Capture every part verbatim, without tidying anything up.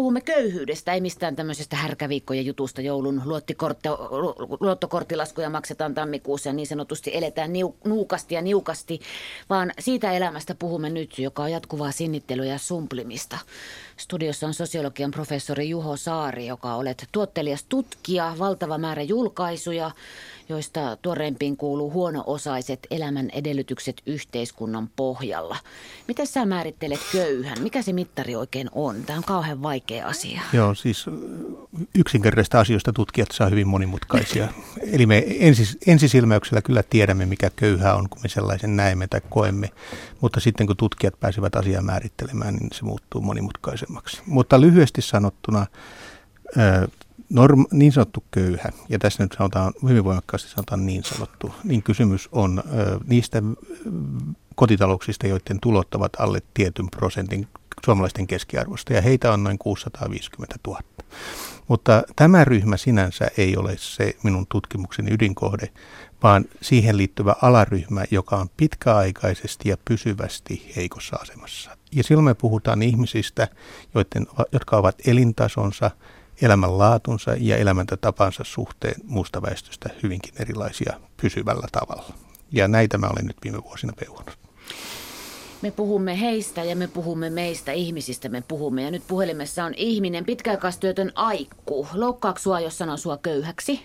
puhumme köyhyydestä, ei mistään tämmöisestä härkäviikkojen jutusta joulun luottokorttilaskuja maksetaan tammikuussa ja niin sanotusti eletään niu, nuukasti ja niukasti, vaan siitä elämästä puhumme nyt, joka on jatkuvaa sinnittelyä ja sumplimista. Studiossa on sosiologian professori Juho Saari, joka olet tuottelias tutkija, valtava määrä julkaisuja, joista tuoreimpiin kuuluu Huono-osaiset elämän edellytykset yhteiskunnan pohjalla. Miten sä määrittelet köyhän? Mikä se mittari oikein on? Tämä on kauhean vaikea asia. Joo, siis yksinkertaisista asioista tutkijat saa hyvin monimutkaisia. Eli me ensis, ensisilmäyksellä kyllä tiedämme, mikä köyhä on, kun me sellaisen näemme tai koemme. Mutta sitten kun tutkijat pääsevät asiaa määrittelemään, niin se muuttuu monimutkaisemmaksi. Mutta lyhyesti sanottuna Norm, niin sanottu köyhä, ja tässä nyt sanotaan, hyvin voimakkaasti sanotaan niin sanottu, niin kysymys on ö, niistä kotitalouksista, joiden tulot ovat alle tietyn prosentin suomalaisten keskiarvosta, ja heitä on noin kuusisataaviisikymmentätuhatta. Mutta tämä ryhmä sinänsä ei ole se minun tutkimukseni ydinkohde, vaan siihen liittyvä alaryhmä, joka on pitkäaikaisesti ja pysyvästi heikossa asemassa. Ja silloin me puhutaan ihmisistä, joiden, jotka ovat elintasonsa, elämänlaatunsa ja elämäntapansa suhteen muusta väestöstä hyvinkin erilaisia pysyvällä tavalla. Ja näitä mä olen nyt viime vuosina peunut. Me puhumme heistä ja me puhumme meistä, ihmisistä me puhumme. Ja nyt puhelimessa on ihminen, pitkäaikaistyötön Aikku. Loukkaako sua, jos sanon sua köyhäksi?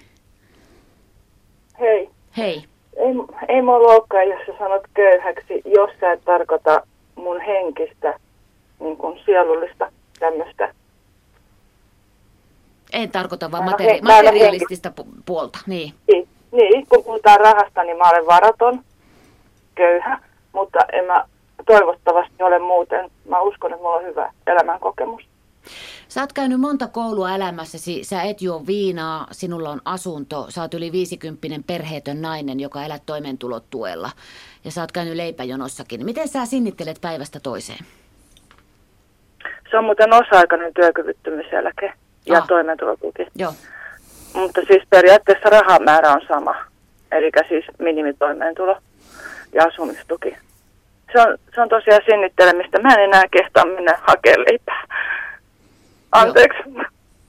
Hei. Hei. Ei, ei mua loukkaa, jos sä sanot köyhäksi, jos sä et tarkoita mun henkistä, niin kuin sielullista tämmöistä. En tarkoita vaan materi- materialistista pu- puolta, niin. niin. Niin, kun puhutaan rahasta, niin mä olen varaton, köyhä, mutta en mä toivottavasti ole muuten. Mä uskon, että mulla on hyvä elämänkokemus. Sä oot käynyt monta koulua elämässäsi, sä et juo viinaa, sinulla on asunto, sä oot yli viisikymppinen perheetön nainen, joka elät toimeentulotuella. Ja sä oot käynyt leipäjonossakin. Miten sä sinnittelet päivästä toiseen? Se on muuten osa-aikainen työkyvyttömyyseläke ja ah. toimeentulotuki. Joo. Mutta siis periaatteessa rahamäärä on sama, eli siis minimitoimeentulo ja asumistuki. Se on, se on tosiaan sinnittelemistä. Mä en enää kehtaa mennä hakemaan leipää. Anteeksi. Joo.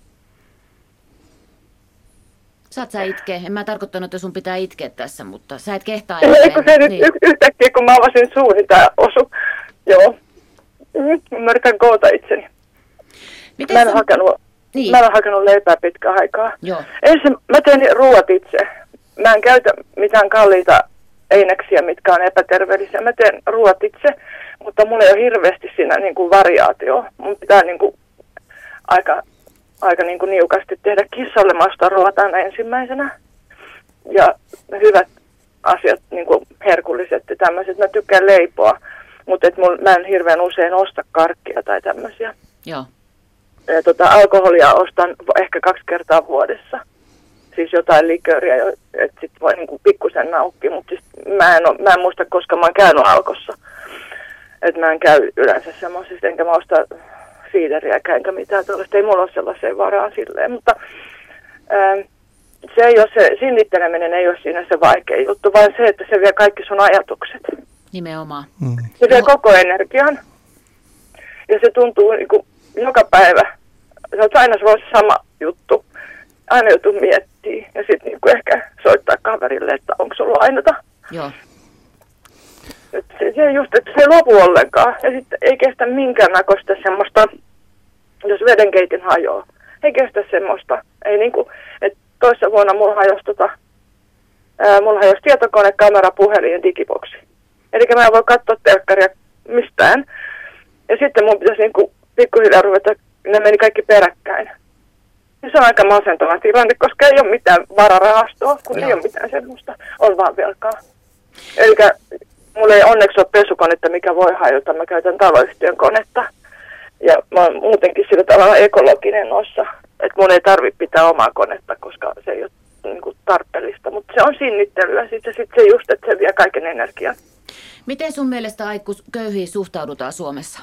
Saat sä itkeä. En mä tarkoittanut, että sun pitää itkeä tässä, mutta sä et kehtaa itkeä. Eikö se nyt niin. Yhtäkkiä, kun mä avasin suun, niin tää osu. Joo. Mä yritän koota itseni. Miten mä en, sä... hakenut, niin. mä en hakenut leipää pitkään aikaa. Joo. Ensin mä teen ruoat itse. Mä en käytä mitään kalliita einäksiä, mitkä on epäterveellisiä. Mä teen ruoat itse, mutta mulla ei ole hirveästi siinä niin kuin variaatio. Mun pitää niin kuin aika, aika niin kuin niukasti tehdä kissalle. Mä ostan ruoat aina ensimmäisenä. Ja hyvät asiat, niin kuin herkulliset ja tämmöiset. Mä tykkään leipoa, mutta et mul, mä en hirveän usein osta karkkia tai tämmöisiä. Joo. Ja tota, alkoholia ostan ehkä kaksi kertaa vuodessa. Siis jotain likööriä, että sit voi niinku pikkusen naukkia, mutta siis mä en, oo, mä en muista, koska mä oon käynyt Alkossa. Että mä en käy yleensä semmoisista, enkä mä osta siideriäkään enkä mitään tuollaista. Ei mulla ole sellaiseen varaan silleen, mutta ää, se ei ole se, sinnitteleminen ei ole siinä se vaikea juttu, vaan se, että se vie kaikki sun ajatukset. Nimenomaan. Mm. Se vie koko energian. Ja se tuntuu niinku joka päivä. Se on aina se sama juttu. Aina joutuu miettimään ja sitten niinku ehkä soittaa kaverille, että onko sulla ainota. Joo. Et se, se just, että se ei lopu ollenkaan. Ja sitten ei kestä minkäännäköistä semmoista, jos vedenkeitin hajoaa. Ei kestä semmoista. Ei niinku, että toissa vuonna mulla hajosi tota, ää, mulla hajosi tietokone, kamera, puhelin ja digiboksi. Eli mä en voi katsoa telkkaria mistään. Ja sitten mun pitäisi niinku pikkuhiljaa ruveta, ne meni kaikki peräkkäin. Se on aika masentava tilanne, koska ei ole mitään vararahastoa, kun Joo. ei ole mitään semmoista, on vaan velkaa. Eli mulla ei onneksi ole pesukonetta, mikä voi hajota, mä käytän taloyhtiön konetta. Ja mä oon muutenkin sillä tavalla ekologinen noissa, että mun ei tarvitse pitää omaa konetta, koska se ei ole niin kuin tarpeellista. Mutta se on sinnittelyä, sitten sit se just, että se vie kaiken energian. Miten sun mielestä, Aikku, köyhiin suhtaudutaan Suomessa?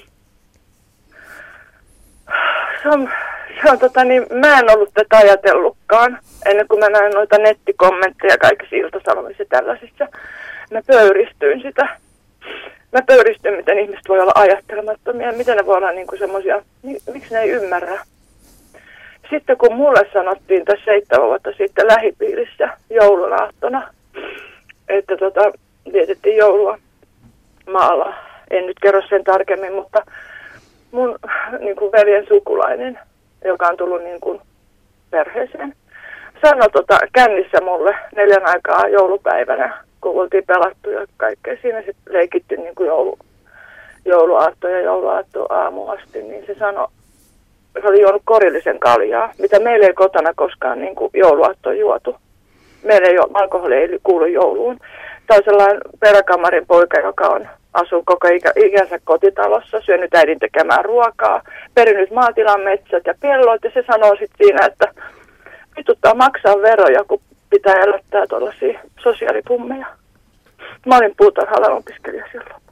Se on... Se on, tota, niin, mä en ollut tätä ajatellutkaan, ennen kuin mä näin noita nettikommentteja kaikissa Ilta-Sanomissa ja tällaisissa. Mä pöyristyin sitä. mä pöyristyn, miten ihmiset voi olla ajattelemattomia, miten ne voi olla niin kuin semmoisia, miksi ne ei ymmärrä. Sitten kun mulle sanottiin tässä seitsemän vuotta sitten lähipiirissä joulunaattona, että tota, vietettiin joulua maalla, en nyt kerro sen tarkemmin, mutta mun niin kuin veljen sukulainen, joka on tullut niin kuin perheeseen, sanoi tota, kännissä mulle neljän aikaa joulupäivänä, kun oltiin pelattu ja kaikkea. Siinä sitten leikittiin niin kuin joulu, jouluaatto ja jouluaatto aamu asti, niin se sanoi, se oli juonut korillisen kaljaa, mitä meillä ei kotona koskaan niin kuin jouluaatto juotu. Meillä ei ole, alkoholi ei kuulu jouluun. Tämä on sellainen peräkamarin poika, joka on asuu koko ikä, ikänsä kotitalossa, syönyt äidin tekemään ruokaa, perinyt maatilan metsät ja pellot, ja se sanoo sitten siinä, että vituttaa maksaa veroja, kun pitää elättää tuollaisia sosiaalipummeja. Mä olin puutarha-alan opiskelija silloin.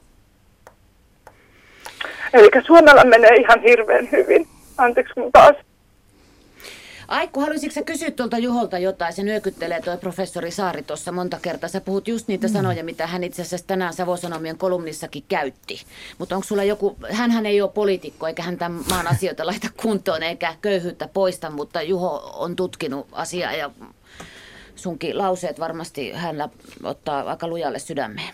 Eli Suomella menee ihan hirveän hyvin. Anteeksi mun taas. Aikku, haluaisitko sä kysyä tuolta Juholta jotain? Se nyökyttelee toi professori Saari tuossa monta kertaa. Sä puhut just niitä mm. sanoja, mitä hän itse asiassa tänään Savo-Sanomien kolumnissakin käytti. Mutta onko sulla joku, hänhän ei ole poliitikko, eikä hän tämän maan asioita laita kuntoon, eikä köyhyyttä poista, mutta Juho on tutkinut asiaa ja sunkin lauseet varmasti hänellä ottaa aika lujalle sydämeen.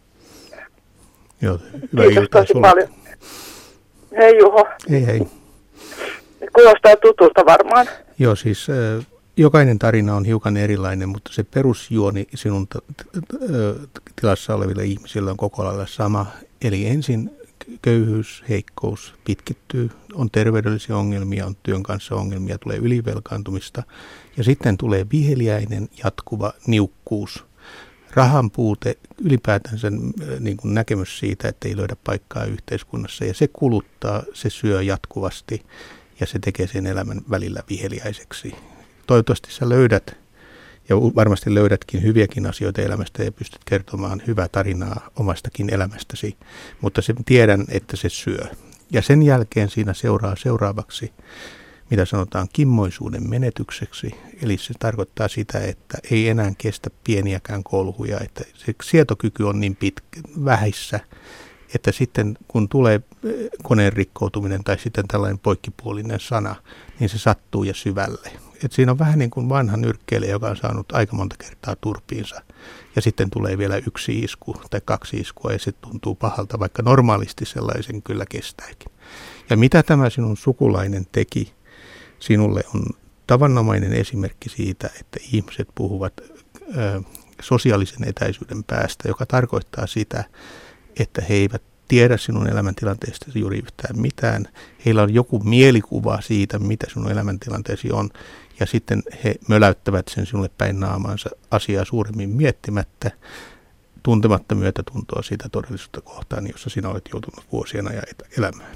Joo, hyvä Kiitos tosi sulle. Paljon. Hei Juho. Hei hei. Kuulostaa tutulta varmaan. Joo, siis äh, jokainen tarina on hiukan erilainen, mutta se perusjuoni sinun t- t- t- tilassa oleville ihmisille on koko lailla sama. Eli ensin köyhyys, heikkous pitkittyy, on terveydellisiä ongelmia, on työn kanssa ongelmia, tulee ylivelkaantumista ja sitten tulee viheliäinen jatkuva niukkuus. Rahan puute, ylipäätään sen niin kuin näkemys siitä, että ei löydä paikkaa yhteiskunnassa ja se kuluttaa, se syö jatkuvasti ja se tekee sen elämän välillä viheliäiseksi. Toivottavasti sä löydät ja varmasti löydätkin hyviäkin asioita elämästä ja pystyt kertomaan hyvää tarinaa omastakin elämästäsi, mutta sen tiedän, että se syö. Ja sen jälkeen siinä seuraa seuraavaksi, mitä sanotaan kimmoisuuden menetykseksi, eli se tarkoittaa sitä, että ei enää kestä pieniäkään kolhuja, että se sietokyky on niin pitkä, vähissä, että sitten kun tulee koneen rikkoutuminen tai sitten tällainen poikkipuolinen sana, niin se sattuu ja syvälle. Et siinä on vähän niin kuin vanha nyrkkeilijä, joka on saanut aika monta kertaa turpiinsa ja sitten tulee vielä yksi isku tai kaksi iskua ja se tuntuu pahalta, vaikka normaalisti sellaisen kyllä kestääkin. Ja mitä tämä sinun sukulainen teki sinulle on tavanomainen esimerkki siitä, että ihmiset puhuvat ö, sosiaalisen etäisyyden päästä, joka tarkoittaa sitä, että he eivät tiedä sinun elämäntilanteestasi juuri yhtään mitään. Heillä on joku mielikuva siitä, mitä sinun elämäntilanteesi on, ja sitten he möläyttävät sen sinulle päin naamaansa asiaa suuremmin miettimättä, tuntematta myötätuntoa siitä todellisuutta kohtaan, jossa sinä olet joutunut vuosien ajan elämään.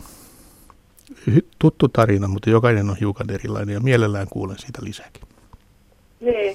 Tuttu tarina, mutta jokainen on hiukan erilainen, ja mielellään kuulen siitä lisääkin. Niin,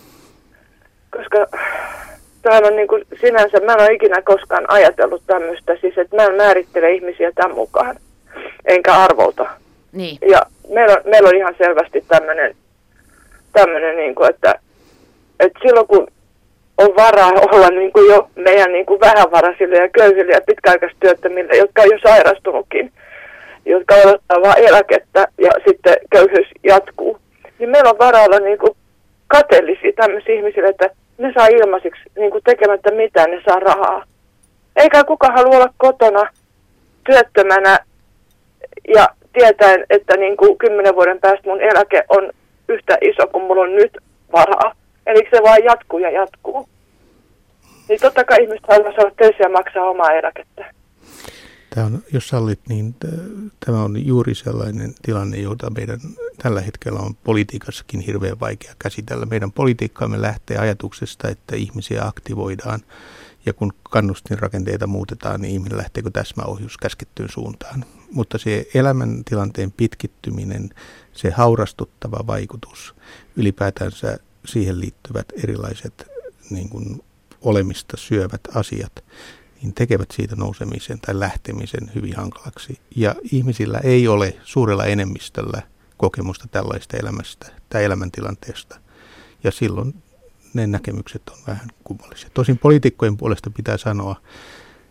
koska täällä on niin kuin sinänsä, mä en ole ikinä koskaan ajatellut tämmöistä, siis että mä en määrittele ihmisiä tämän mukaan, enkä arvolta. Niin. Ja meillä on, meillä on ihan selvästi tämmöinen, tämmöinen niin kuin, että, että silloin kun on varaa olla niin kuin jo meidän niin kuin vähävaraisille ja köyhille ja pitkäaikaistyöttömille, jotka on jo sairastunutkin, jotka odottaa vaan eläkettä ja sitten köyhyys jatkuu, niin meillä on varaa olla niin kuin kateellisia tämmöisiä ihmisille, että ne saa ilmaisiksi niin kuin tekemättä mitään, ne saa rahaa. Eikä kukaan halua olla kotona työttömänä ja tietäen, että niin kuin kymmenen vuoden päästä mun eläke on yhtä iso kuin mulla on nyt varaa. Eli se vaan jatkuu ja jatkuu. Niin totta kai ihmiset haluaa olla töissä ja maksaa omaa eläkettä. Tämä on, jos sallit, niin tämä on juuri sellainen tilanne, jota meidän tällä hetkellä on politiikassakin hirveän vaikea käsitellä. Meidän politiikkaamme lähtee ajatuksesta, että ihmisiä aktivoidaan ja kun kannustinrakenteita muutetaan, niin ihminen lähteekö täsmäohjus käskettyyn suuntaan. Mutta se elämäntilanteen pitkittyminen, se haurastuttava vaikutus, ylipäätänsä siihen liittyvät erilaiset niin kuin olemista syövät asiat, niin tekevät siitä nousemisen tai lähtemisen hyvin hankalaksi. Ja ihmisillä ei ole suurella enemmistöllä kokemusta tällaista elämästä tai elämäntilanteesta. Ja silloin ne näkemykset on vähän kummallisia. Tosin poliitikkojen puolesta pitää sanoa,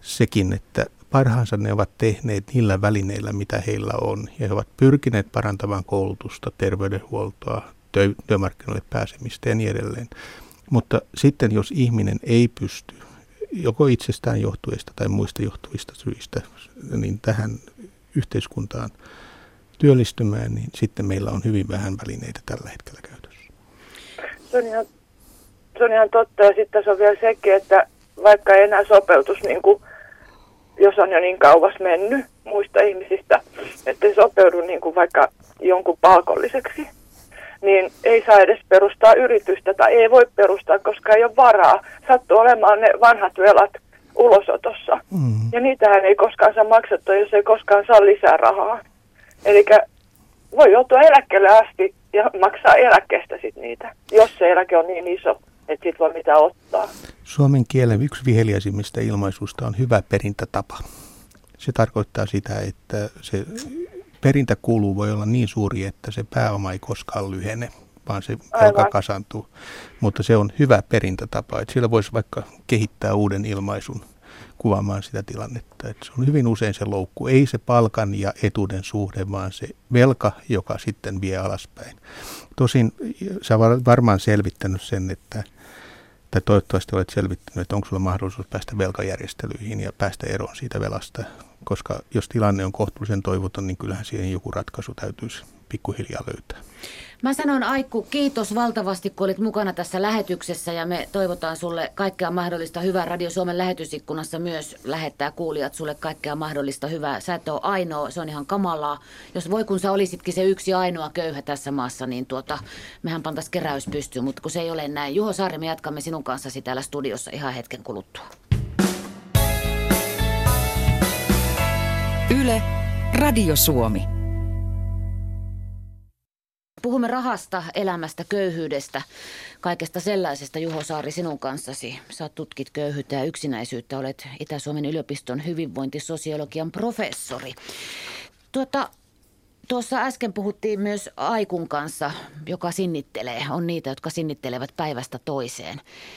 sekin, että parhaansa ne ovat tehneet niillä välineillä, mitä heillä on. Ja he ovat pyrkineet parantamaan koulutusta, terveydenhuoltoa, työmarkkinoille pääsemistä ja niin edelleen. Mutta sitten jos ihminen ei pysty joko itsestään johtuvista tai muista johtuvista syistä niin tähän yhteiskuntaan työllistymään, niin sitten meillä on hyvin vähän välineitä tällä hetkellä käytössä. Se on ihan, se on ihan totta. Ja sitten tässä on vielä sekin, että vaikka ei enää sopeutus, niin kuin, jos on jo niin kauas mennyt muista ihmisistä, että ei sopeudu niin kuin vaikka jonkun palkolliseksi, niin ei saa edes perustaa yritystä tai ei voi perustaa, koska ei ole varaa. Sattuu olemaan ne vanhat velat ulosotossa. Mm. Ja niitähän ei koskaan saa maksettua, jos ei koskaan saa lisää rahaa. Eli voi joutua eläkkeelle asti ja maksaa eläkkeestä sitten niitä, jos se eläke on niin iso, että sit voi mitään ottaa. Suomen kielen yksi viheliäisimmistä ilmaisuista on hyvä perintätapa. Se tarkoittaa sitä, että se perintäkulu voi olla niin suuri, että se pääoma ei koskaan lyhene, vaan se velka kasantuu. Mutta se on hyvä perintätapa, että sillä voisi vaikka kehittää uuden ilmaisun kuvaamaan sitä tilannetta. Että se on hyvin usein se loukku, ei se palkan ja etuuden suhde, vaan se velka, joka sitten vie alaspäin. Tosin sä olet varmaan selvittänyt sen, että, tai toivottavasti olet selvittänyt, että onko sulla mahdollisuus päästä velkajärjestelyihin ja päästä eroon siitä velasta, koska jos tilanne on kohtuullisen toivoton, niin kyllähän siihen joku ratkaisu täytyisi pikkuhiljaa löytää. Mä sanon Aikku, kiitos valtavasti, kun olit mukana tässä lähetyksessä ja me toivotaan sulle kaikkea mahdollista hyvää. Radio Suomen lähetysikkunassa myös lähettää kuulijat sulle kaikkea mahdollista hyvää. Sä et ole ainoa, se on ihan kamalaa. Jos voi kun sä olisitkin se yksi ainoa köyhä tässä maassa, niin tuota, mehän pantais keräys pystyyn, mutta kun se ei ole näin. Juho Saari, me jatkamme sinun kanssasi täällä studiossa ihan hetken kuluttua. Yle, Radio Suomi. Puhumme rahasta, elämästä, köyhyydestä, kaikesta sellaisesta, Juho Saari, sinun kanssasi. Sä tutkit köyhyyttä ja yksinäisyyttä, olet Itä-Suomen yliopiston hyvinvointisosiologian professori. Tuota, tuossa äsken puhuttiin myös Aikun kanssa, joka sinnittelee. On niitä, jotka sinnittelevät päivästä toiseen.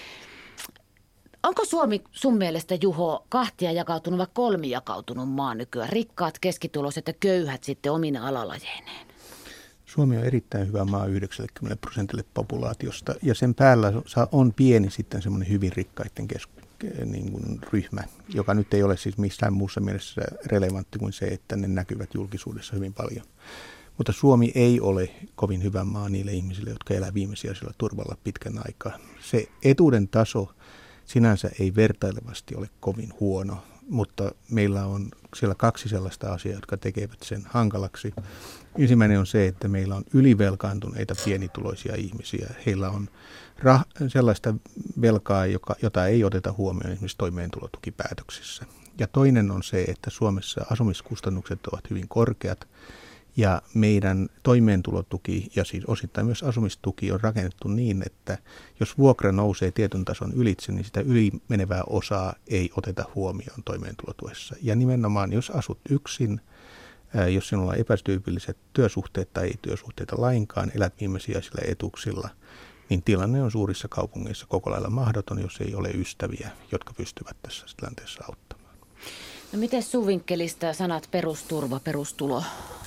Onko Suomi sun mielestä, Juho, kahtia jakautunut vai kolmijakautunut maa nykyään? Rikkaat, keskituloiset ja köyhät sitten omina alalajeineen? Suomi on erittäin hyvä maa yhdeksänkymmentä prosentille populaatiosta ja sen päällä on pieni sitten semmoinen hyvin rikkaiden kesk- niin kuin ryhmä, joka nyt ei ole siis missään muussa mielessä relevantti kuin se, että ne näkyvät julkisuudessa hyvin paljon. Mutta Suomi ei ole kovin hyvä maa niille ihmisille, jotka elää viimesijaisella turvalla pitkän aikaa. Se etuuden taso sinänsä ei vertailevasti ole kovin huono, mutta meillä on siellä kaksi sellaista asiaa, jotka tekevät sen hankalaksi. Ensimmäinen on se, että meillä on ylivelkaantuneita pienituloisia ihmisiä. Heillä on rah- sellaista velkaa, joka, jota ei oteta huomioon esimerkiksi toimeentulotukipäätöksissä. Ja toinen on se, että Suomessa asumiskustannukset ovat hyvin korkeat ja meidän toimeentulotuki ja siis osittain myös asumistuki on rakennettu niin, että jos vuokra nousee tietyn tason ylitse, niin sitä ylimenevää osaa ei oteta huomioon toimeentulotuessa. Ja nimenomaan jos asut yksin, jos sinulla on epätyypilliset työsuhteet tai ei työsuhteita lainkaan, elät viimesijaisilla etuuksilla, niin tilanne on suurissa kaupungeissa koko lailla mahdoton, jos ei ole ystäviä, jotka pystyvät tässä tilanteessa auttamaan. No miten sun vinkkelistä sanat perusturva, perustulo?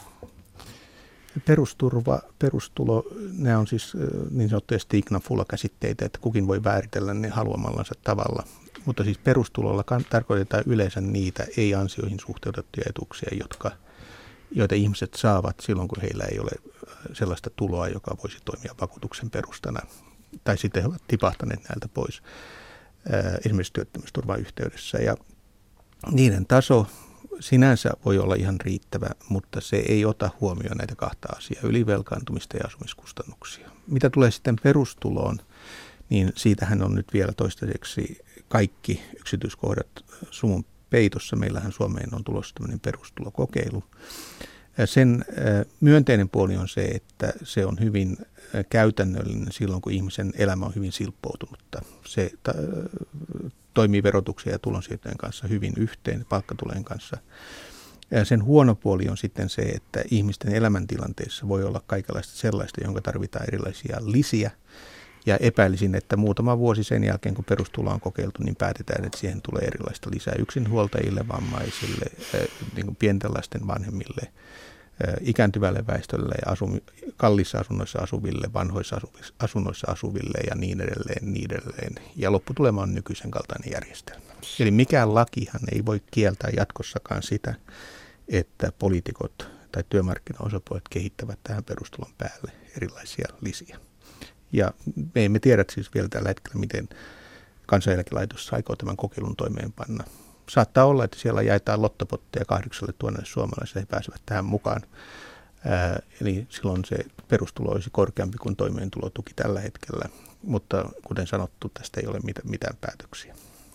Perusturva, perustulo, nämä on siis niin sanottuja stignafulla-käsitteitä, että kukin voi määritellä ne haluamallansa tavalla. Mutta siis perustulolla tarkoitetaan yleensä niitä ei-ansioihin suhteutettuja etuuksia, jotka, joita ihmiset saavat silloin, kun heillä ei ole sellaista tuloa, joka voisi toimia vakuutuksen perustana. Tai sitten he ovat tipahtaneet näiltä pois esimerkiksi työttömyysturvan yhteydessä. Ja niiden taso sinänsä voi olla ihan riittävä, mutta se ei ota huomioon näitä kahta asiaa, ylivelkaantumista ja asumiskustannuksia. Mitä tulee sitten perustuloon, niin siitähän on nyt vielä toistaiseksi kaikki yksityiskohdat sumun peitossa. Meillähän Suomeen on tulossa tämmöinen perustulokokeilu. Sen myönteinen puoli on se, että se on hyvin käytännöllinen silloin, kun ihmisen elämä on hyvin silppoutunutta. Se ta- toimii verotuksen ja tulonsiirtojen kanssa hyvin yhteen, palkkatulojen kanssa. Ja sen huono puoli on sitten se, että ihmisten elämäntilanteessa voi olla kaikenlaista sellaista, jonka tarvitaan erilaisia lisiä. Ja epäilisin, että muutama vuosi sen jälkeen, kun perustulo on kokeiltu, niin päätetään, että siihen tulee erilaista lisää yksinhuoltajille, vammaisille, niin kuin pienten lasten vanhemmille, ikääntyvälle väestölle ja asumi, kalliissa asunnoissa asuville, vanhoissa asunnoissa asuville ja niin edelleen, niin edelleen. Ja lopputulema on nykyisen kaltainen järjestelmä. Eli mikään lakihan ei voi kieltää jatkossakaan sitä, että poliitikot tai työmarkkinaosapuolet kehittävät tähän perustulon päälle erilaisia lisiä. Ja me emme tiedä siis vielä tällä hetkellä, miten Kansaneläkelaitos aikoo tämän kokeilun toimeenpanna. Saattaa olla, että siellä jaetaan lottopotteja kahdeksalle tuhannelle suomalaiselle, he pääsevät tähän mukaan. Ää, eli silloin se perustulo olisi korkeampi kuin toimeentulotuki tällä hetkellä. Mutta kuten sanottu, tästä ei ole mitään päätöksiä.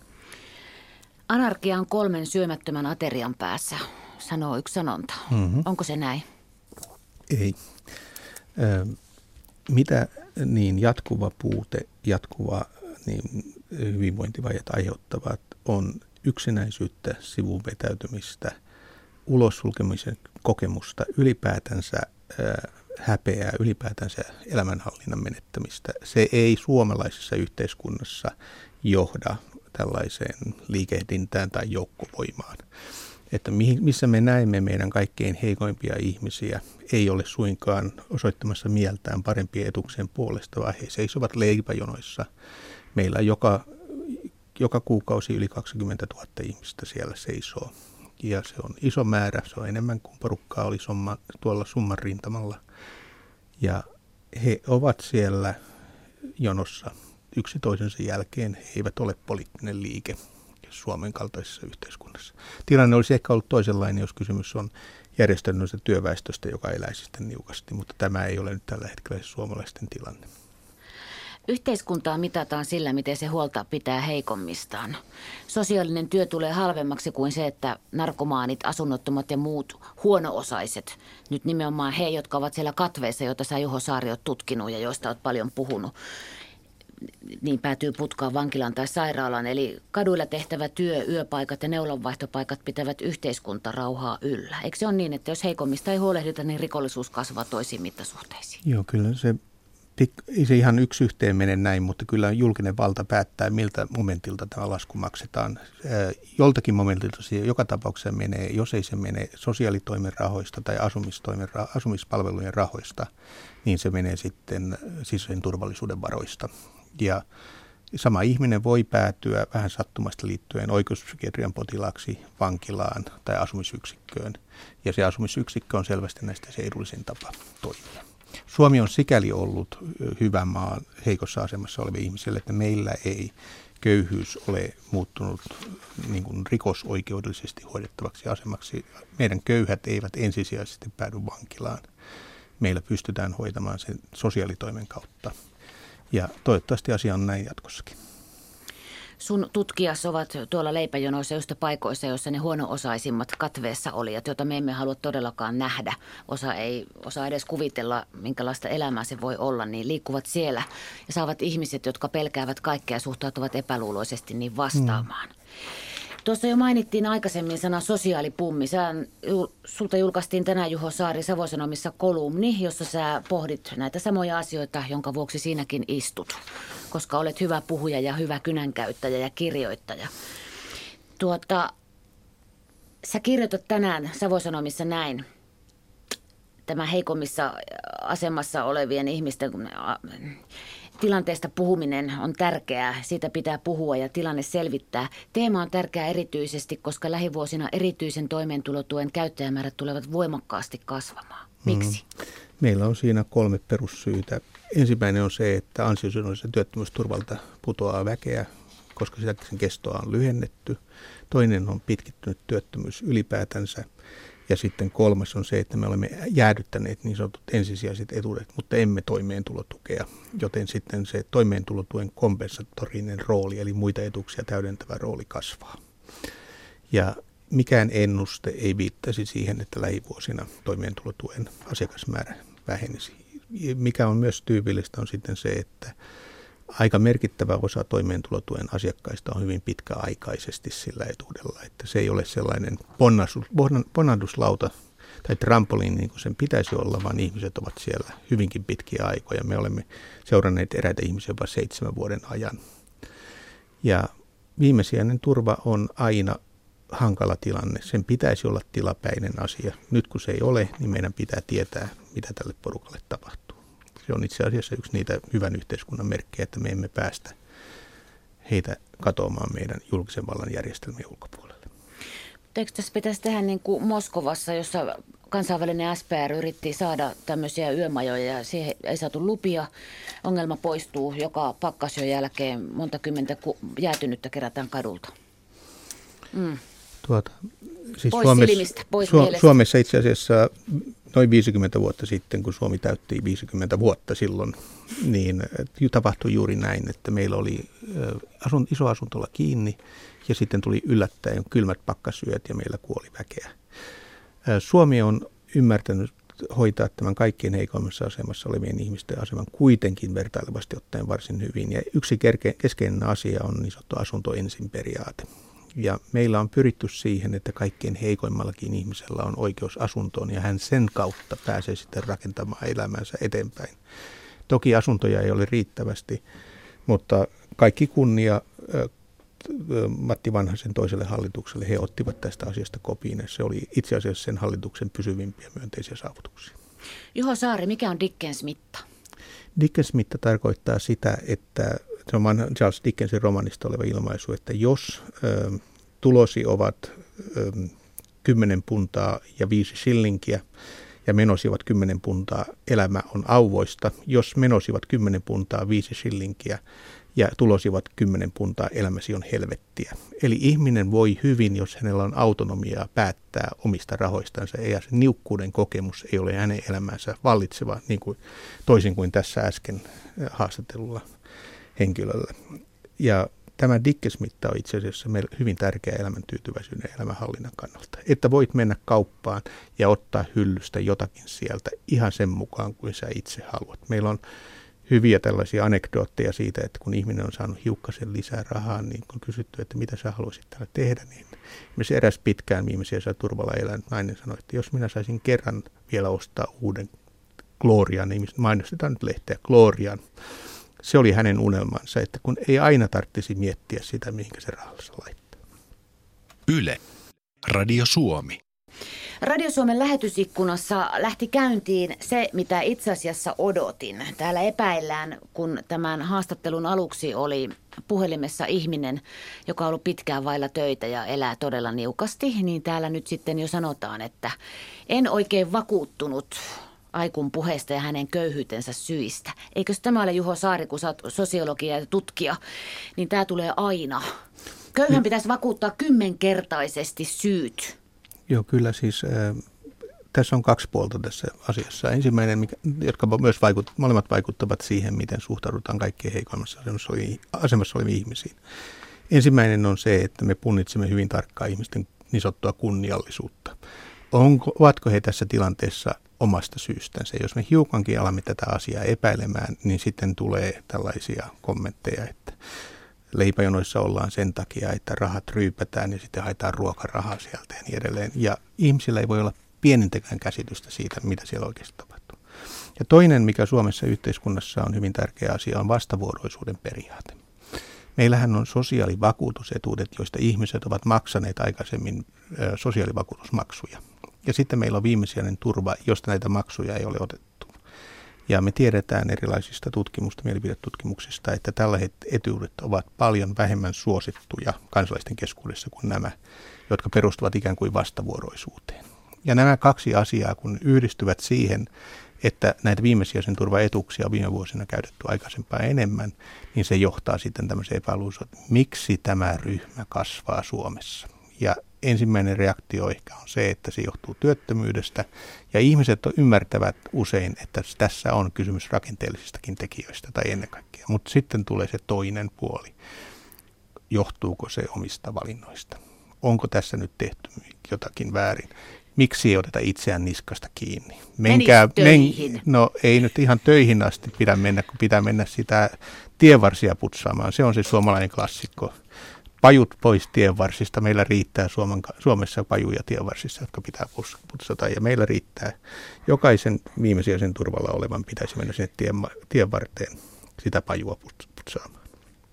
Anarkia on kolmen syömättömän aterian päässä, sanoo yksi sanonta. Mm-hmm. Onko se näin? Ei. Ö, mitä niin jatkuva puute, jatkuva niin hyvinvointivajat aiheuttavat on yksinäisyyttä, sivuun vetäytymistä, ulossulkemisen kokemusta, ylipäätänsä äh, häpeää, ylipäätänsä elämänhallinnan menettämistä. Se ei suomalaisessa yhteiskunnassa johda tällaiseen liikehdintään tai joukkovoimaan. Että missä me näemme meidän kaikkein heikoimpia ihmisiä, ei ole suinkaan osoittamassa mieltään parempien etuuksien puolesta, vaan he seisovat leipäjonoissa. Meillä joka, joka kuukausi yli kaksikymmentätuhatta ihmistä siellä seisoo. Ja se on iso määrä, se on enemmän kuin porukkaa oli somma, tuolla summan rintamalla. Ja he ovat siellä jonossa yksi toisensa jälkeen, he eivät ole poliittinen liike Suomen kaltaisessa yhteiskunnassa. Tilanne olisi ehkä ollut toisenlainen, jos kysymys on järjestelmällisestä työväestöstä, joka eläisi sitten niukasti, mutta tämä ei ole nyt tällä hetkellä suomalaisten tilanne. Yhteiskuntaa mitataan sillä, miten se huolta pitää heikommistaan. Sosiaalinen työ tulee halvemmaksi kuin se, että narkomaanit, asunnottomat ja muut huono-osaiset, nyt nimenomaan he, jotka ovat siellä katveessa, joita sä Juho Saari oot tutkinut ja joista oot paljon puhunut, niin päätyy putkaan vankilaan tai sairaalaan. Eli kaduilla tehtävä työ, yöpaikat ja neulonvaihtopaikat pitävät yhteiskuntarauhaa yllä. Eikö se ole niin, että jos heikommista ei huolehdita, niin rikollisuus kasvaa toisiin mittasuhteisiin? Joo, kyllä se, ei se ihan yksi yhteen mene näin, mutta kyllä julkinen valta päättää, miltä momentilta tämä lasku maksetaan. Joltakin momentilta se joka tapauksessa menee, jos ei se mene sosiaalitoimen rahoista tai asumistoimen, asumispalvelujen rahoista, niin se menee sitten sisäisen turvallisuuden varoista. Ja sama ihminen voi päätyä vähän sattumasta liittyen oikeuspsykiatrian potilaaksi vankilaan tai asumisyksikköön. Ja se asumisyksikkö on selvästi näistä se edullisin tapa toimia. Suomi on sikäli ollut hyvä maa heikossa asemassa oleville ihmisille, että meillä ei köyhyys ole muuttunut niin kuin rikosoikeudellisesti hoidettavaksi asemaksi. Meidän köyhät eivät ensisijaisesti päädy vankilaan. Meillä pystytään hoitamaan sen sosiaalitoimen kautta. Ja toivottavasti asia on näin jatkossakin. Sun tutkijas ovat tuolla leipäjonoissa just paikoissa, joissa ne huono-osaisimmat katveessa olijat, joita me emme halua todellakaan nähdä. Osa ei osaa edes kuvitella, minkälaista elämää se voi olla, niin liikkuvat siellä ja saavat ihmiset, jotka pelkäävät kaikkea ja suhtautuvat epäluuloisesti niin vastaamaan. Mm. Tuossa jo mainittiin aikaisemmin sana sosiaalipummi. Sä, sulta julkaistiin tänään Juho Saari Savosanomissa kolumni, jossa sä pohdit näitä samoja asioita, jonka vuoksi siinäkin istut, koska olet hyvä puhuja ja hyvä kynänkäyttäjä ja kirjoittaja. Tuota, sä kirjoitat tänään Savosanomissa näin. Tämä heikommissa asemassa olevien ihmisten tilanteesta puhuminen on tärkeää, siitä pitää puhua ja tilanne selvittää. Teema on tärkeä erityisesti, koska lähivuosina erityisen toimeentulotuen käyttäjämäärät tulevat voimakkaasti kasvamaan. Miksi? Hmm. Meillä on siinä kolme perussyytä. Ensimmäinen on se, että ansiosidonnaisen työttömyysturvalta putoaa väkeä, koska sitä sen kestoa on lyhennetty. Toinen on pitkittynyt työttömyys ylipäätänsä. Ja sitten kolmas on se, että me olemme jäädyttäneet niin sanotut ensisijaiset etuudet, mutta emme toimeentulotukea, joten sitten se toimeentulotuen kompensatorinen rooli, eli muita etuuksia täydentävä rooli kasvaa. Ja mikään ennuste ei viittaisi siihen, että lähivuosina toimeentulotuen asiakasmäärä vähenisi. Mikä on myös tyypillistä on sitten se, että aika merkittävä osa toimeentulotuen asiakkaista on hyvin pitkäaikaisesti sillä etuudella, että se ei ole sellainen ponnahduslauta, tai trampoliini, niin kuin sen pitäisi olla, vaan ihmiset ovat siellä hyvinkin pitkiä aikoja. Me olemme seuranneet eräitä ihmisiä jopa seitsemän vuoden ajan. Ja viimesijainen turva on aina hankala tilanne. Sen pitäisi olla tilapäinen asia. Nyt kun se ei ole, niin meidän pitää tietää, mitä tälle porukalle tapahtuu. Se on itse asiassa yksi niitä hyvän yhteiskunnan merkkejä, että me emme päästä heitä katoamaan meidän julkisen vallan järjestelmien ulkopuolelle. Eikö tässä pitäisi tehdä niin kuin Moskovassa, jossa kansainvälinen S P R yritti saada tämmöisiä yömajoja ja siihen ei saatu lupia. Ongelma poistuu joka pakkasjon jälkeen, monta kymmentä jäätynyttä kerätään kadulta. Mm. Tuota, siis pois Suomessa, silmistä, pois Su- mielestä. Suomessa itse asiassa noin viisikymmentä vuotta sitten, kun Suomi täytti viisikymmentä vuotta silloin, niin tapahtui juuri näin, että meillä oli asun, iso asuntola kiinni ja sitten tuli yllättäen kylmät pakkasyöt ja meillä kuoli väkeä. Suomi on ymmärtänyt hoitaa tämän kaikkien heikoimmassa asemassa olevien ihmisten aseman kuitenkin vertailevasti ottaen varsin hyvin. Ja yksi keskeinen asia on niin sanottu asunto ensin periaate. Ja meillä on pyritty siihen, että kaikkein heikoimmallakin ihmisellä on oikeus asuntoon ja hän sen kautta pääsee sitten rakentamaan elämänsä eteenpäin. Toki asuntoja ei ole riittävästi, mutta kaikki kunnia Matti Vanhasen toiselle hallitukselle. He ottivat tästä asiasta kopiin. Se oli itse asiassa sen hallituksen pysyvimpiä myönteisiä saavutuksia. Juho Saari, mikä on Dickens-mitta? Dickens-mitta tarkoittaa sitä, että se on Charles Dickensin romanista oleva ilmaisu, että jos ö, tulosi ovat ö, kymmenen puntaa ja viisi shillinkiä ja menosi ovat kymmenen puntaa, elämä on auvoista. Jos menosi ovat kymmenen puntaa, viisi shillinkiä ja tulosi ovat kymmenen puntaa, elämäsi on helvettiä. Eli ihminen voi hyvin, jos hänellä on autonomiaa päättää omista rahoistansa ja se niukkuuden kokemus ei ole hänen elämänsä vallitseva, niin kuin, toisin kuin tässä äsken haastatellulla henkilölle. Ja tämä Dickens-mitta on itse asiassa meille hyvin tärkeä elämäntyytyväisyyden ja elämänhallinnan kannalta. Että voit mennä kauppaan ja ottaa hyllystä jotakin sieltä ihan sen mukaan kuin sä itse haluat. Meillä on hyviä tällaisia anekdootteja siitä, että kun ihminen on saanut hiukkasen lisää rahaa, niin kun kysytty, että mitä sä haluaisit täällä tehdä, niin myös eräs pitkään viimeisiä turvalla elänyt nainen sanoi, että jos minä saisin kerran vielä ostaa uuden Glorian, niin mainostetaan nyt lehteä Glorian. Se oli hänen unelmansa, että kun ei aina tarvitsisi miettiä sitä, mihinkä se rahansa laittaa. Yle. Radio Suomi. Radio Suomen lähetysikkunassa lähti käyntiin se, mitä itse asiassa odotin. Täällä epäillään, kun tämän haastattelun aluksi oli puhelimessa ihminen, joka on ollut pitkään vailla töitä ja elää todella niukasti, niin täällä nyt sitten jo sanotaan, että en oikein vakuuttunut Aikun puheesta ja hänen köyhyytensä syistä. Eikös tämä ole, Juho Saari, kun sä oot sosiologia ja tutkija, niin tämä tulee aina. Köyhän pitäisi vakuuttaa kymmenkertaisesti syyt. Joo, kyllä siis äh, tässä on kaksi puolta tässä asiassa. Ensimmäinen, mikä, jotka myös vaikut, molemmat vaikuttavat siihen, miten suhtaudutaan kaikkein heikoimmassa asemassa oleviin, asemassa oleviin ihmisiin. Ensimmäinen on se, että me punnitsemme hyvin tarkkaan ihmisten niin sanottua kunniallisuutta. Onko, ovatko he tässä tilanteessa omasta syystänsä? Jos me hiukankin alamme tätä asiaa epäilemään, niin sitten tulee tällaisia kommentteja, että leipäjonoissa ollaan sen takia, että rahat ryypätään ja sitten haetaan ruokarahaa sieltä ja niin edelleen. Ja ihmisillä ei voi olla pienintäkään käsitystä siitä, mitä siellä oikeasti tapahtuu. Ja toinen, mikä Suomessa yhteiskunnassa on hyvin tärkeä asia, on vastavuoroisuuden periaate. Meillähän on sosiaalivakuutusetuudet, joista ihmiset ovat maksaneet aikaisemmin sosiaalivakuutusmaksuja. Ja sitten meillä on viimesijainen turva, josta näitä maksuja ei ole otettu. Ja me tiedetään erilaisista tutkimusta, mielipidetutkimuksista, että tällaiset etuudet ovat paljon vähemmän suosittuja kansalaisten keskuudessa kuin nämä, jotka perustuvat ikään kuin vastavuoroisuuteen. Ja nämä kaksi asiaa, kun yhdistyvät siihen, että näitä viimesijaisen turvaetuuksia on viime vuosina käytetty aikaisempaa enemmän, niin se johtaa sitten tämmöiseen epäluuloon, että miksi tämä ryhmä kasvaa Suomessa. Ja ensimmäinen reaktio ehkä on se, että se johtuu työttömyydestä, ja ihmiset ymmärtävät usein, että tässä on kysymys rakenteellisistakin tekijöistä tai ennen kaikkea. Mutta sitten tulee se toinen puoli. Johtuuko se omista valinnoista? Onko tässä nyt tehty jotakin väärin? Miksi ei oteta itseään niskasta kiinni? Menkää, men, no ei nyt ihan töihin asti pidä mennä, kun pitää mennä sitä tienvarsia putsaamaan. Se on se suomalainen klassikko. pajut pois tienvarsista. Meillä riittää Suomen, Suomessa pajuja tienvarsissa, jotka pitää putsata. Ja meillä riittää jokaisen viimesijaisen turvalla olevan pitäisi mennä sinne tien, tien varteen sitä pajua putsaamaan.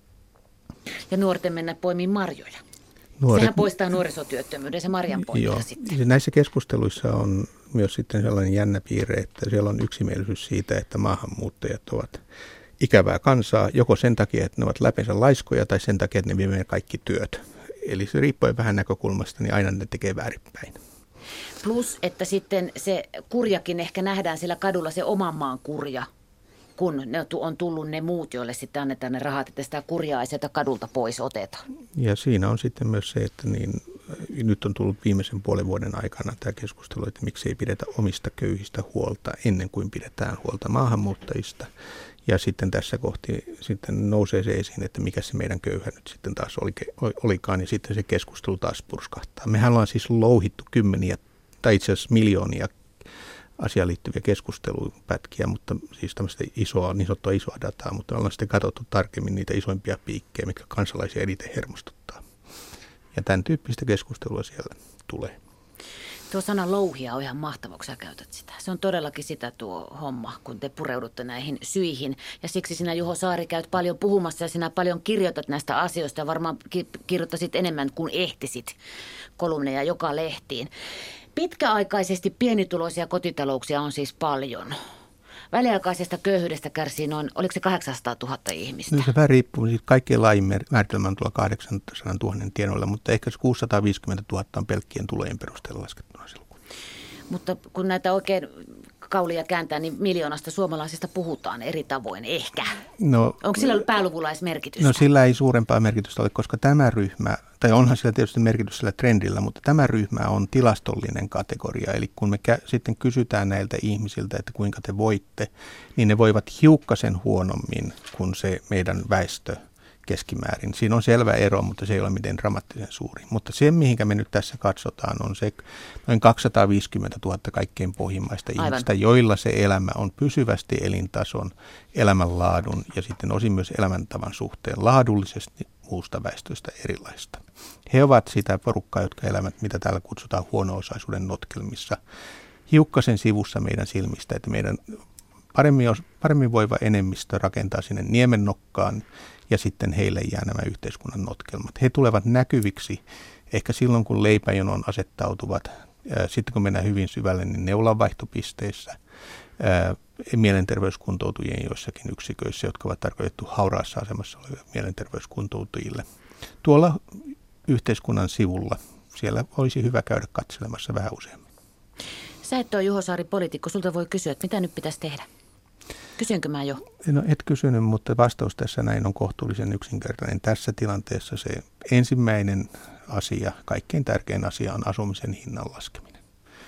Ja nuorten mennä poimiin marjoja. Nuoret, Sehän poistaa nuorisotyöttömyyden, se marjanpoiminta joo, sitten. Näissä keskusteluissa on myös sitten sellainen jännä piirre, että siellä on yksimielisyys siitä, että maahanmuuttajat ovat ikävää kansaa, joko sen takia, että ne ovat läpensä laiskoja tai sen takia, että ne vievät kaikki työt. Eli se riippuen vähän näkökulmasta, niin aina ne tekee väärinpäin. Plus, että sitten se kurjakin ehkä nähdään siellä kadulla, se oman maan kurja, kun ne on tullut ne muut, joille sitten annetaan ne rahat, että sitä kurjaa ei sieltä kadulta pois otetaan. Ja siinä on sitten myös se, että niin, nyt on tullut viimeisen puolen vuoden aikana tämä keskustelu, että miksi ei pidetä omista köyhistä huolta ennen kuin pidetään huolta maahanmuuttajista. Ja sitten tässä kohti sitten nousee se esiin, että mikä se meidän köyhä nyt sitten taas olikaan, ja sitten se keskustelu taas purskahtaa. Mehän ollaan siis louhittu kymmeniä tai itse asiassa miljoonia asiaan liittyviä keskustelupätkiä, mutta siis tämmöistä isoa, niin sanottua isoa dataa, mutta ollaan sitten katsottu tarkemmin niitä isoimpia piikkejä, mitkä kansalaisia eniten hermostuttaa. Ja tämän tyyppistä keskustelua siellä tulee. Tuo sana louhia on ihan mahtava, kun sä käytät sitä. Se on todellakin sitä tuo homma, kun te pureudutte näihin syihin. Ja siksi sinä, Juho Saari, käyt paljon puhumassa ja sinä paljon kirjoitat näistä asioista ja varmaan ki- kirjoittasit enemmän kuin ehtisit kolumneja joka lehtiin. Pitkäaikaisesti pienituloisia kotitalouksia on siis paljon. Väliaikaisesta köyhyydestä kärsii noin, oliko se kahdeksansataatuhatta ihmistä? No se vähän riippuu, siis kaikkein laajin määritelmä on tuolla kahdeksansadantuhatta tienoilla, mutta ehkä kuusisataaviisikymmentätuhatta on pelkkien tulojen perusteella laskettuna silloin. Mutta kun näitä oikein kaulia kääntää, niin miljoonasta suomalaisista puhutaan eri tavoin ehkä. No, onko sillä ollut pääluvulla edes merkitystä? No sillä ei suurempaa merkitystä ole, koska tämä ryhmä, tai onhan sillä tietysti merkitys sillä trendillä, mutta tämä ryhmä on tilastollinen kategoria. Eli kun me kä- sitten kysytään näiltä ihmisiltä, että kuinka te voitte, niin ne voivat hiukkasen huonommin kuin se meidän väestö keskimäärin. Siinä on selvä ero, mutta se ei ole miten dramaattisen suuri. Mutta se, mihinkä me nyt tässä katsotaan, on se noin kaksisataaviisikymmentätuhatta kaikkein pohjimmaista Aivan. ihmistä, joilla se elämä on pysyvästi elintason, elämänlaadun ja sitten osin myös elämäntavan suhteen laadullisesti muusta väestöstä erilaista. He ovat sitä porukkaa, jotka elävät, mitä täällä kutsutaan huono-osaisuuden notkelmissa, hiukkasen sivussa meidän silmistä, että meidän paremmin, paremmin voiva enemmistö rakentaa sinne niemen nokkaan, ja sitten heille jää nämä yhteiskunnan notkelmat. He tulevat näkyviksi ehkä silloin, kun leipäjonoon asettautuvat. Sitten kun mennään hyvin syvälle, niin neulanvaihtopisteissä, mielenterveyskuntoutujien joissakin yksiköissä, jotka ovat tarkoitettu hauraassa asemassa oleville mielenterveyskuntoutujille. Tuolla yhteiskunnan sivulla siellä olisi hyvä käydä katselemassa vähän useammin. Sä et ole, Juho Saari, poliitikko. Sulta voi kysyä, että mitä nyt pitäisi tehdä? Kysynkö mä jo? No et kysynyt, mutta vastaus tässä näin on kohtuullisen yksinkertainen. Tässä tilanteessa se ensimmäinen asia, kaikkein tärkein asia on asumisen hinnan laskeminen.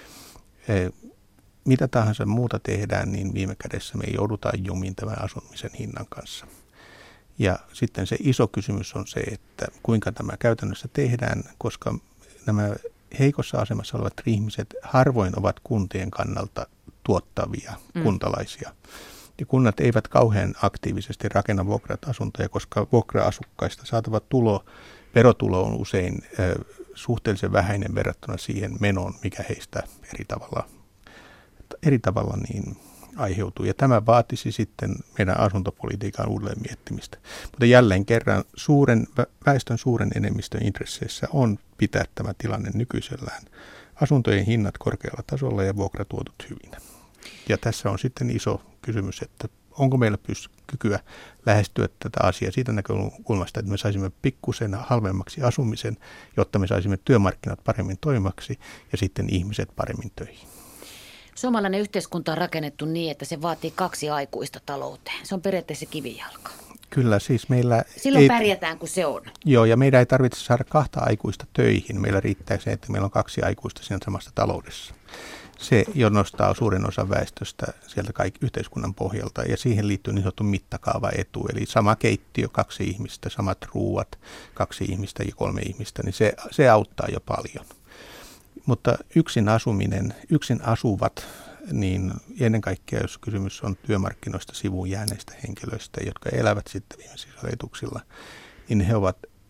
Mitä tahansa muuta tehdään, niin viime kädessä me joudutaan jumiin tämän asumisen hinnan kanssa. Ja sitten se iso kysymys on se, että kuinka tämä käytännössä tehdään, koska nämä heikossa asemassa olevat ihmiset harvoin ovat kuntien kannalta tuottavia mm. kuntalaisia. Ja kunnat eivät kauhean aktiivisesti rakenna vuokra-asuntoja, koska vuokra-asukkaista saatava tulo, verotulo on usein ö, suhteellisen vähäinen verrattuna siihen menoon, mikä heistä eri tavalla, eri tavalla niin aiheutuu. Ja tämä vaatisi sitten meidän asuntopolitiikan uudelleen miettimistä. Mutta jälleen kerran suuren, väestön suuren enemmistön intresseissä on pitää tämä tilanne nykyisellään. Asuntojen hinnat korkealla tasolla ja vuokratuotot hyvinä. Ja tässä on sitten iso kysymys, että onko meillä pys- kykyä lähestyä tätä asiaa siitä näkökulmasta, että me saisimme pikkusen halvemmaksi asumisen, jotta me saisimme työmarkkinat paremmin toimivaksi ja sitten ihmiset paremmin töihin. Suomalainen yhteiskunta on rakennettu niin, että se vaatii kaksi aikuista talouteen. Se on periaatteessa kivijalka. Kyllä, siis meillä... Silloin ei, pärjätään, kun se on. Joo, ja meidän ei tarvitse saada kahta aikuista töihin. Meillä riittää se, että meillä on kaksi aikuista siinä samassa taloudessa. Se jo nostaa suurin osa väestöstä sieltä kaikki yhteiskunnan pohjalta, ja siihen liittyy niin sanottu mittakaava etu. Eli sama keittiö, kaksi ihmistä, samat ruuat, kaksi ihmistä ja kolme ihmistä, niin se, se auttaa jo paljon. Mutta yksin asuminen, yksin asuvat, niin ennen kaikkea, jos kysymys on työmarkkinoista sivuun jääneistä henkilöistä, jotka elävät sitten viimeisillä etuksilla, niin he ovat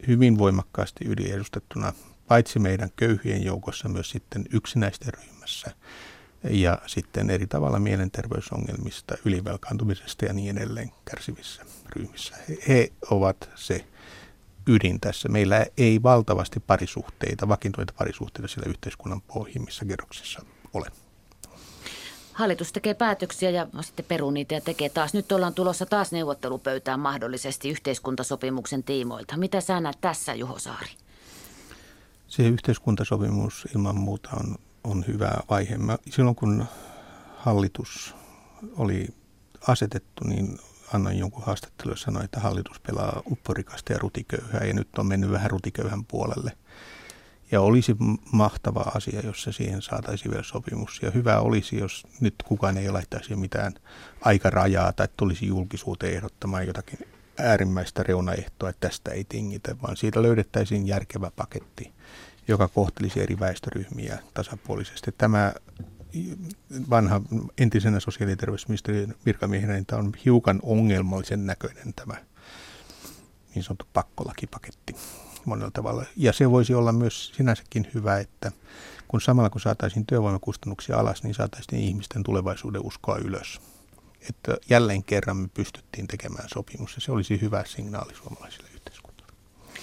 hyvin voimakkaasti yliedustettuna paitsi meidän köyhien joukossa, myös sitten yksinäisten ryhmässä ja sitten eri tavalla mielenterveysongelmista, ylivelkaantumisesta ja niin edelleen kärsivissä ryhmissä. He, he ovat se ydin tässä. Meillä ei valtavasti parisuhteita, vakiintuneita parisuhteita siellä yhteiskunnan pohjimmissa kerroksissa ole. Hallitus tekee päätöksiä ja sitten peruu niitä ja tekee taas. Nyt ollaan tulossa taas neuvottelupöytään mahdollisesti yhteiskuntasopimuksen tiimoilta. Mitä sä näet tässä, Juho Saari? Se yhteiskuntasopimus ilman muuta on, on hyvä vaihe. Mä, silloin kun hallitus oli asetettu, niin annoin jonkun haastattelun ja sanoin, että hallitus pelaa upporikasta ja rutiköyhää ja nyt on mennyt vähän rutiköyhän puolelle. Ja olisi mahtava asia, jos se siihen saataisiin vielä sopimus. Ja hyvä olisi, jos nyt kukaan ei laittaisi mitään aikarajaa tai tulisi julkisuuteen ehdottamaan jotakin äärimmäistä reunaehtoa, että tästä ei tingitä, vaan siitä löydettäisiin järkevä paketti, joka kohtelisi eri väestöryhmiä tasapuolisesti. Tämä vanha entisenä sosiaali- ja terveysministeriön virkamiehenä, niin tämä on hiukan ongelmallisen näköinen tämä niin sanottu pakkolakipaketti monella tavalla. Ja se voisi olla myös sinänsäkin hyvä, että kun samalla kun saataisiin työvoimakustannuksia alas, niin saataisiin ihmisten tulevaisuuden uskoa ylös. Että jälleen kerran me pystyttiin tekemään sopimus ja se olisi hyvä signaali suomalaisille yhteiskunnalle.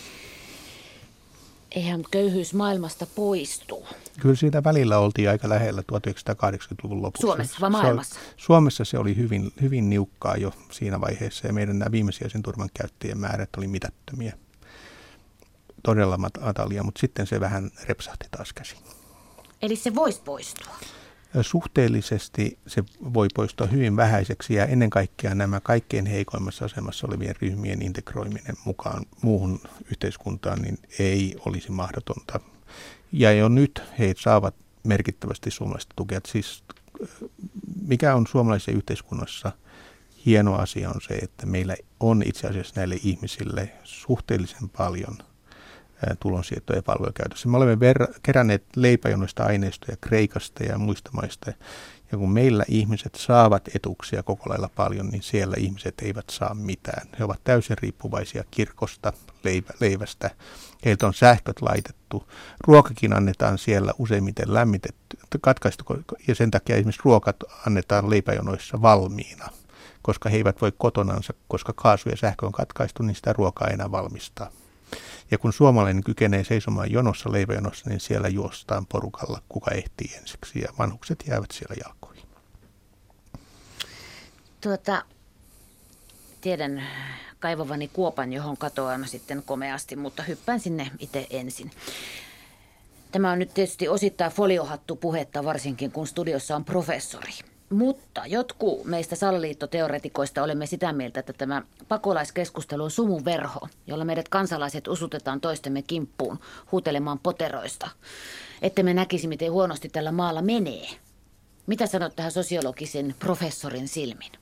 Eihän köyhyys maailmasta poistu. Kyllä siitä välillä oltiin aika lähellä tuhatyhdeksänsataakahdeksankymmentäluvun lopussa. Suomessa vai maailmassa? Se, Suomessa se oli hyvin, hyvin niukkaa jo siinä vaiheessa ja meidän nämä viimesijaisen turvan käyttäjien määrät oli mitättömiä. Todella matalia, mutta sitten se vähän repsahti taas käsiin. Eli se voisi poistua? Suhteellisesti se voi poistua hyvin vähäiseksi ja ennen kaikkea nämä kaikkein heikoimmassa asemassa olevien ryhmien integroiminen mukaan muuhun yhteiskuntaan niin ei olisi mahdotonta. Ja jo nyt he saavat merkittävästi suomalaista tukea. Siis mikä on suomalaisessa yhteiskunnassa hieno asia on se, että meillä on itse asiassa näille ihmisille suhteellisen paljon tulonsiirtoja ja palvelukäytössä. Me olemme verra- keränneet leipäjonoista aineistoja Kreikasta ja muista maista. Ja kun meillä ihmiset saavat etuuksia koko lailla paljon, niin siellä ihmiset eivät saa mitään. He ovat täysin riippuvaisia kirkosta, leipä, leivästä. Heiltä on sähköt laitettu. Ruokakin annetaan siellä useimmiten lämmitetty, katkaistu, ja sen takia esimerkiksi ruokat annetaan leipäjonoissa valmiina, koska he eivät voi kotonansa, koska kaasu ja sähkö on katkaistu, niin sitä ruokaa ei enää valmistaa. Ja kun suomalainen kykenee seisomaan jonossa, leipäjonossa, niin siellä juostaan porukalla, kuka ehtii ensiksi, ja vanhukset jäävät siellä jalkoihin. Tuota, tiedän kaivavani kuopan, johon katoan sitten komeasti, mutta hyppään sinne itse ensin. Tämä on nyt tietysti osittain foliohattu puhetta, varsinkin kun studiossa on professori. Mutta jotkut meistä salaliittoteoretikoista olemme sitä mieltä, että tämä pakolaiskeskustelu on sumuverho, jolla meidät kansalaiset usutetaan toistemme kimppuun huutelemaan poteroista, että me näkisi, miten huonosti tällä maalla menee. Mitä sanot tähän sosiologisen professorin silmin?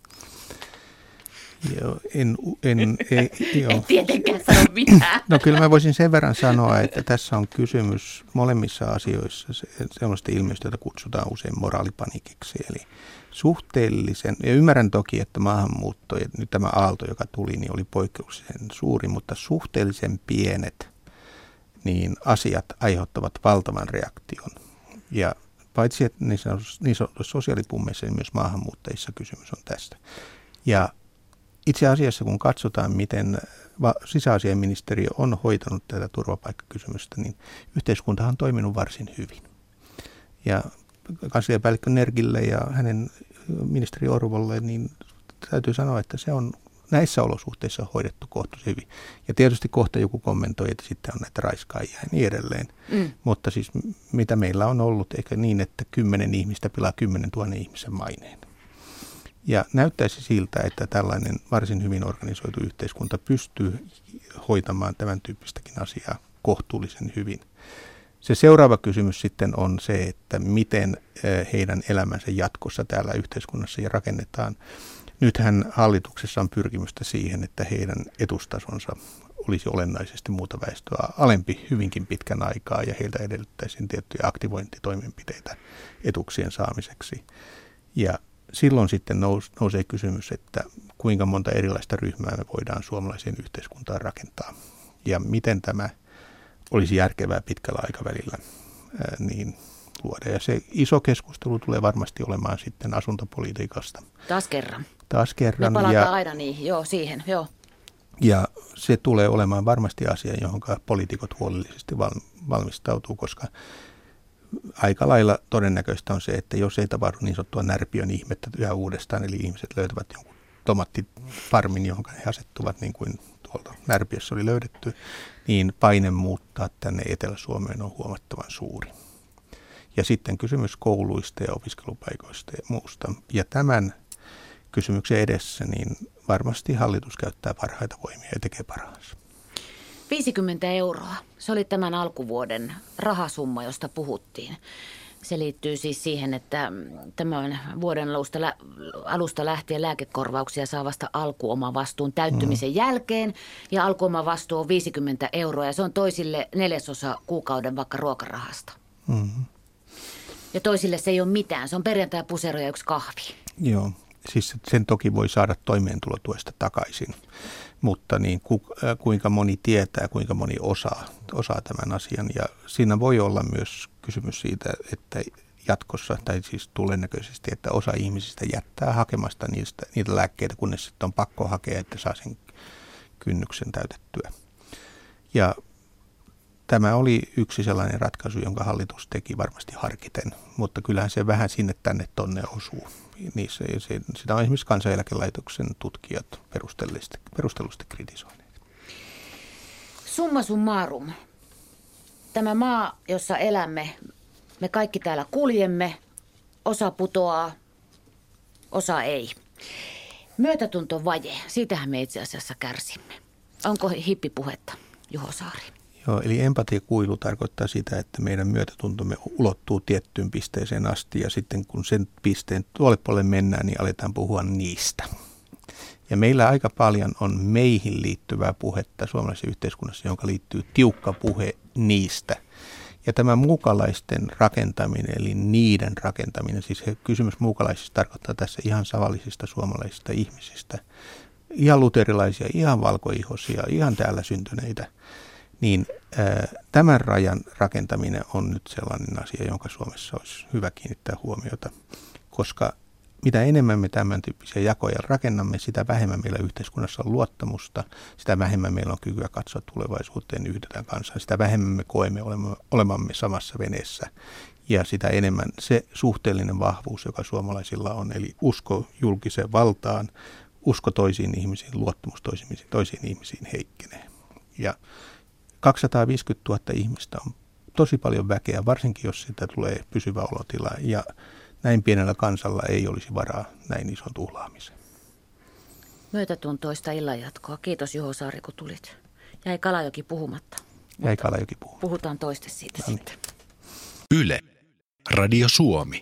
Joo, en, en, ei, joo. En tietenkään sano mitään. No kyllä mä voisin sen verran sanoa, että tässä on kysymys molemmissa asioissa sellaista ilmiöstä, jota kutsutaan usein moraalipanikiksi. Eli suhteellisen, ja ymmärrän toki, että maahanmuutto ja nyt tämä aalto, joka tuli, niin oli poikkeuksellisen suuri, mutta suhteellisen pienet niin asiat aiheuttavat valtavan reaktion. Ja paitsi, että niissä, niissä sosiaalipummeissa, niin myös maahanmuuttajissa kysymys on tästä. Ja itse asiassa, kun katsotaan, miten sisäasiainministeriö on hoitanut tätä turvapaikkakysymystä, niin yhteiskuntahan on toiminut varsin hyvin. Ja kansliapäällikkö Nergille ja hänen ministeri Orvolle, niin täytyy sanoa, että se on näissä olosuhteissa hoidettu kohtuullisen hyvin. Ja tietysti kohta joku kommentoi, että sitten on näitä raiskaajia ja niin edelleen. Mm. Mutta siis mitä meillä on ollut, eikä niin, että kymmenen ihmistä pilaa kymmenen tuhannen ihmisen maineen. Ja näyttäisi siltä, että tällainen varsin hyvin organisoitu yhteiskunta pystyy hoitamaan tämän tyyppistäkin asiaa kohtuullisen hyvin. Se seuraava kysymys sitten on se, että miten heidän elämänsä jatkossa täällä yhteiskunnassa ja rakennetaan. Nythän hallituksessa on pyrkimystä siihen, että heidän etustasonsa olisi olennaisesti muuta väestöä alempi hyvinkin pitkän aikaa ja heiltä edellyttäisiin tiettyjä aktivointitoimenpiteitä etuuksien saamiseksi. Ja silloin sitten nousee kysymys, että kuinka monta erilaista ryhmää me voidaan suomalaiseen yhteiskuntaan rakentaa ja miten tämä olisi järkevää pitkällä aikavälillä ää, niin luoda. Ja se iso keskustelu tulee varmasti olemaan sitten asuntopolitiikasta. Taas kerran. Taas kerran. Me palataan ja, aina niihin, joo, siihen, joo. Ja se tulee olemaan varmasti asia, johon poliitikot huolellisesti val, valmistautuu, koska aika lailla todennäköistä on se, että jos ei tapahdu niin sanottua närpiön ihmettä yhä uudestaan, eli ihmiset löytävät jonkun tomaattifarmin, johon he asettuvat niin kuin tuolta Närpiössä oli löydetty, niin paine muuttaa tänne Etelä-Suomeen on huomattavan suuri. Ja sitten kysymys kouluista ja opiskelupaikoista ja muusta. Ja tämän kysymyksen edessä niin varmasti hallitus käyttää parhaita voimia ja tekee parhaansa. viisikymmentä euroa. Se oli tämän alkuvuoden rahasumma, josta puhuttiin. Se liittyy siis siihen, että tämän vuoden alusta, alusta lähtien lääkekorvauksia saa vasta alkuomavastuun täyttymisen mm. jälkeen. Ja alkuomavastuu on viisikymmentä euroa ja se on toisille neljäsosa kuukauden vaikka ruokarahasta. Mm. Ja toisille se ei ole mitään. Se on perjantai pusero ja yksi kahvi. Joo, siis sen toki voi saada toimeentulotuesta takaisin. Mutta niin ku, äh, kuinka moni tietää, kuinka moni osaa, osaa tämän asian. Ja siinä voi olla myös kysymys siitä, että jatkossa, tai siis todennäköisesti, että osa ihmisistä jättää hakemasta niistä, niitä lääkkeitä, kunnes sitten on pakko hakea, että saa sen kynnyksen täytettyä. Ja tämä oli yksi sellainen ratkaisu, jonka hallitus teki varmasti harkiten, mutta kyllähän se vähän sinne tänne tonne osuu. Niissä, se, sitä on esimerkiksi Kansaneläkelaitoksen tutkijat perustellusti, perustellusti kritisoineet. Summa summarum. Tämä maa, jossa elämme, me kaikki täällä kuljemme, osa putoaa, osa ei. Myötätuntovaje, siitähän me itse asiassa kärsimme. Onko hippipuhetta, Juho Saari? Joo, eli empatiakuilu tarkoittaa sitä, että meidän myötätuntomme ulottuu tiettyyn pisteeseen asti ja sitten kun sen pisteen tuolle puolelle mennään, niin aletaan puhua niistä. Ja meillä aika paljon on meihin liittyvää puhetta suomalaisessa yhteiskunnassa, jonka liittyy tiukka puhe niistä. Ja tämä muukalaisten rakentaminen, eli niiden rakentaminen, siis kysymys muukalaisista tarkoittaa tässä ihan tavallisista suomalaisista ihmisistä, ihan luterilaisia, ihan valkoihoisia, ihan täällä syntyneitä. Niin ää, tämän rajan rakentaminen on nyt sellainen asia, jonka Suomessa olisi hyvä kiinnittää huomiota, koska mitä enemmän me tämän tyyppisiä jakoja rakennamme, sitä vähemmän meillä yhteiskunnassa on luottamusta, sitä vähemmän meillä on kykyä katsoa tulevaisuuteen yhdetään kanssa, sitä vähemmän me koemme olemamme samassa veneessä ja sitä enemmän se suhteellinen vahvuus, joka suomalaisilla on, eli usko julkiseen valtaan, usko toisiin ihmisiin, luottamus toisiin, toisiin ihmisiin heikkenee. Ja kaksisataaviisikymmentätuhatta ihmistä on tosi paljon väkeä, varsinkin jos siitä tulee pysyvä olotila ja näin pienellä kansalla ei olisi varaa näin ison tuhlaamiseen. Myötätuntoista illanjatkoa. Kiitos Juho Saari, kun tulit. Jäi Kalajoki puhumatta. Jäi Kalajoki puhumatta. Puhutaan toiste siitä no, sitten. Yle. Radio Suomi.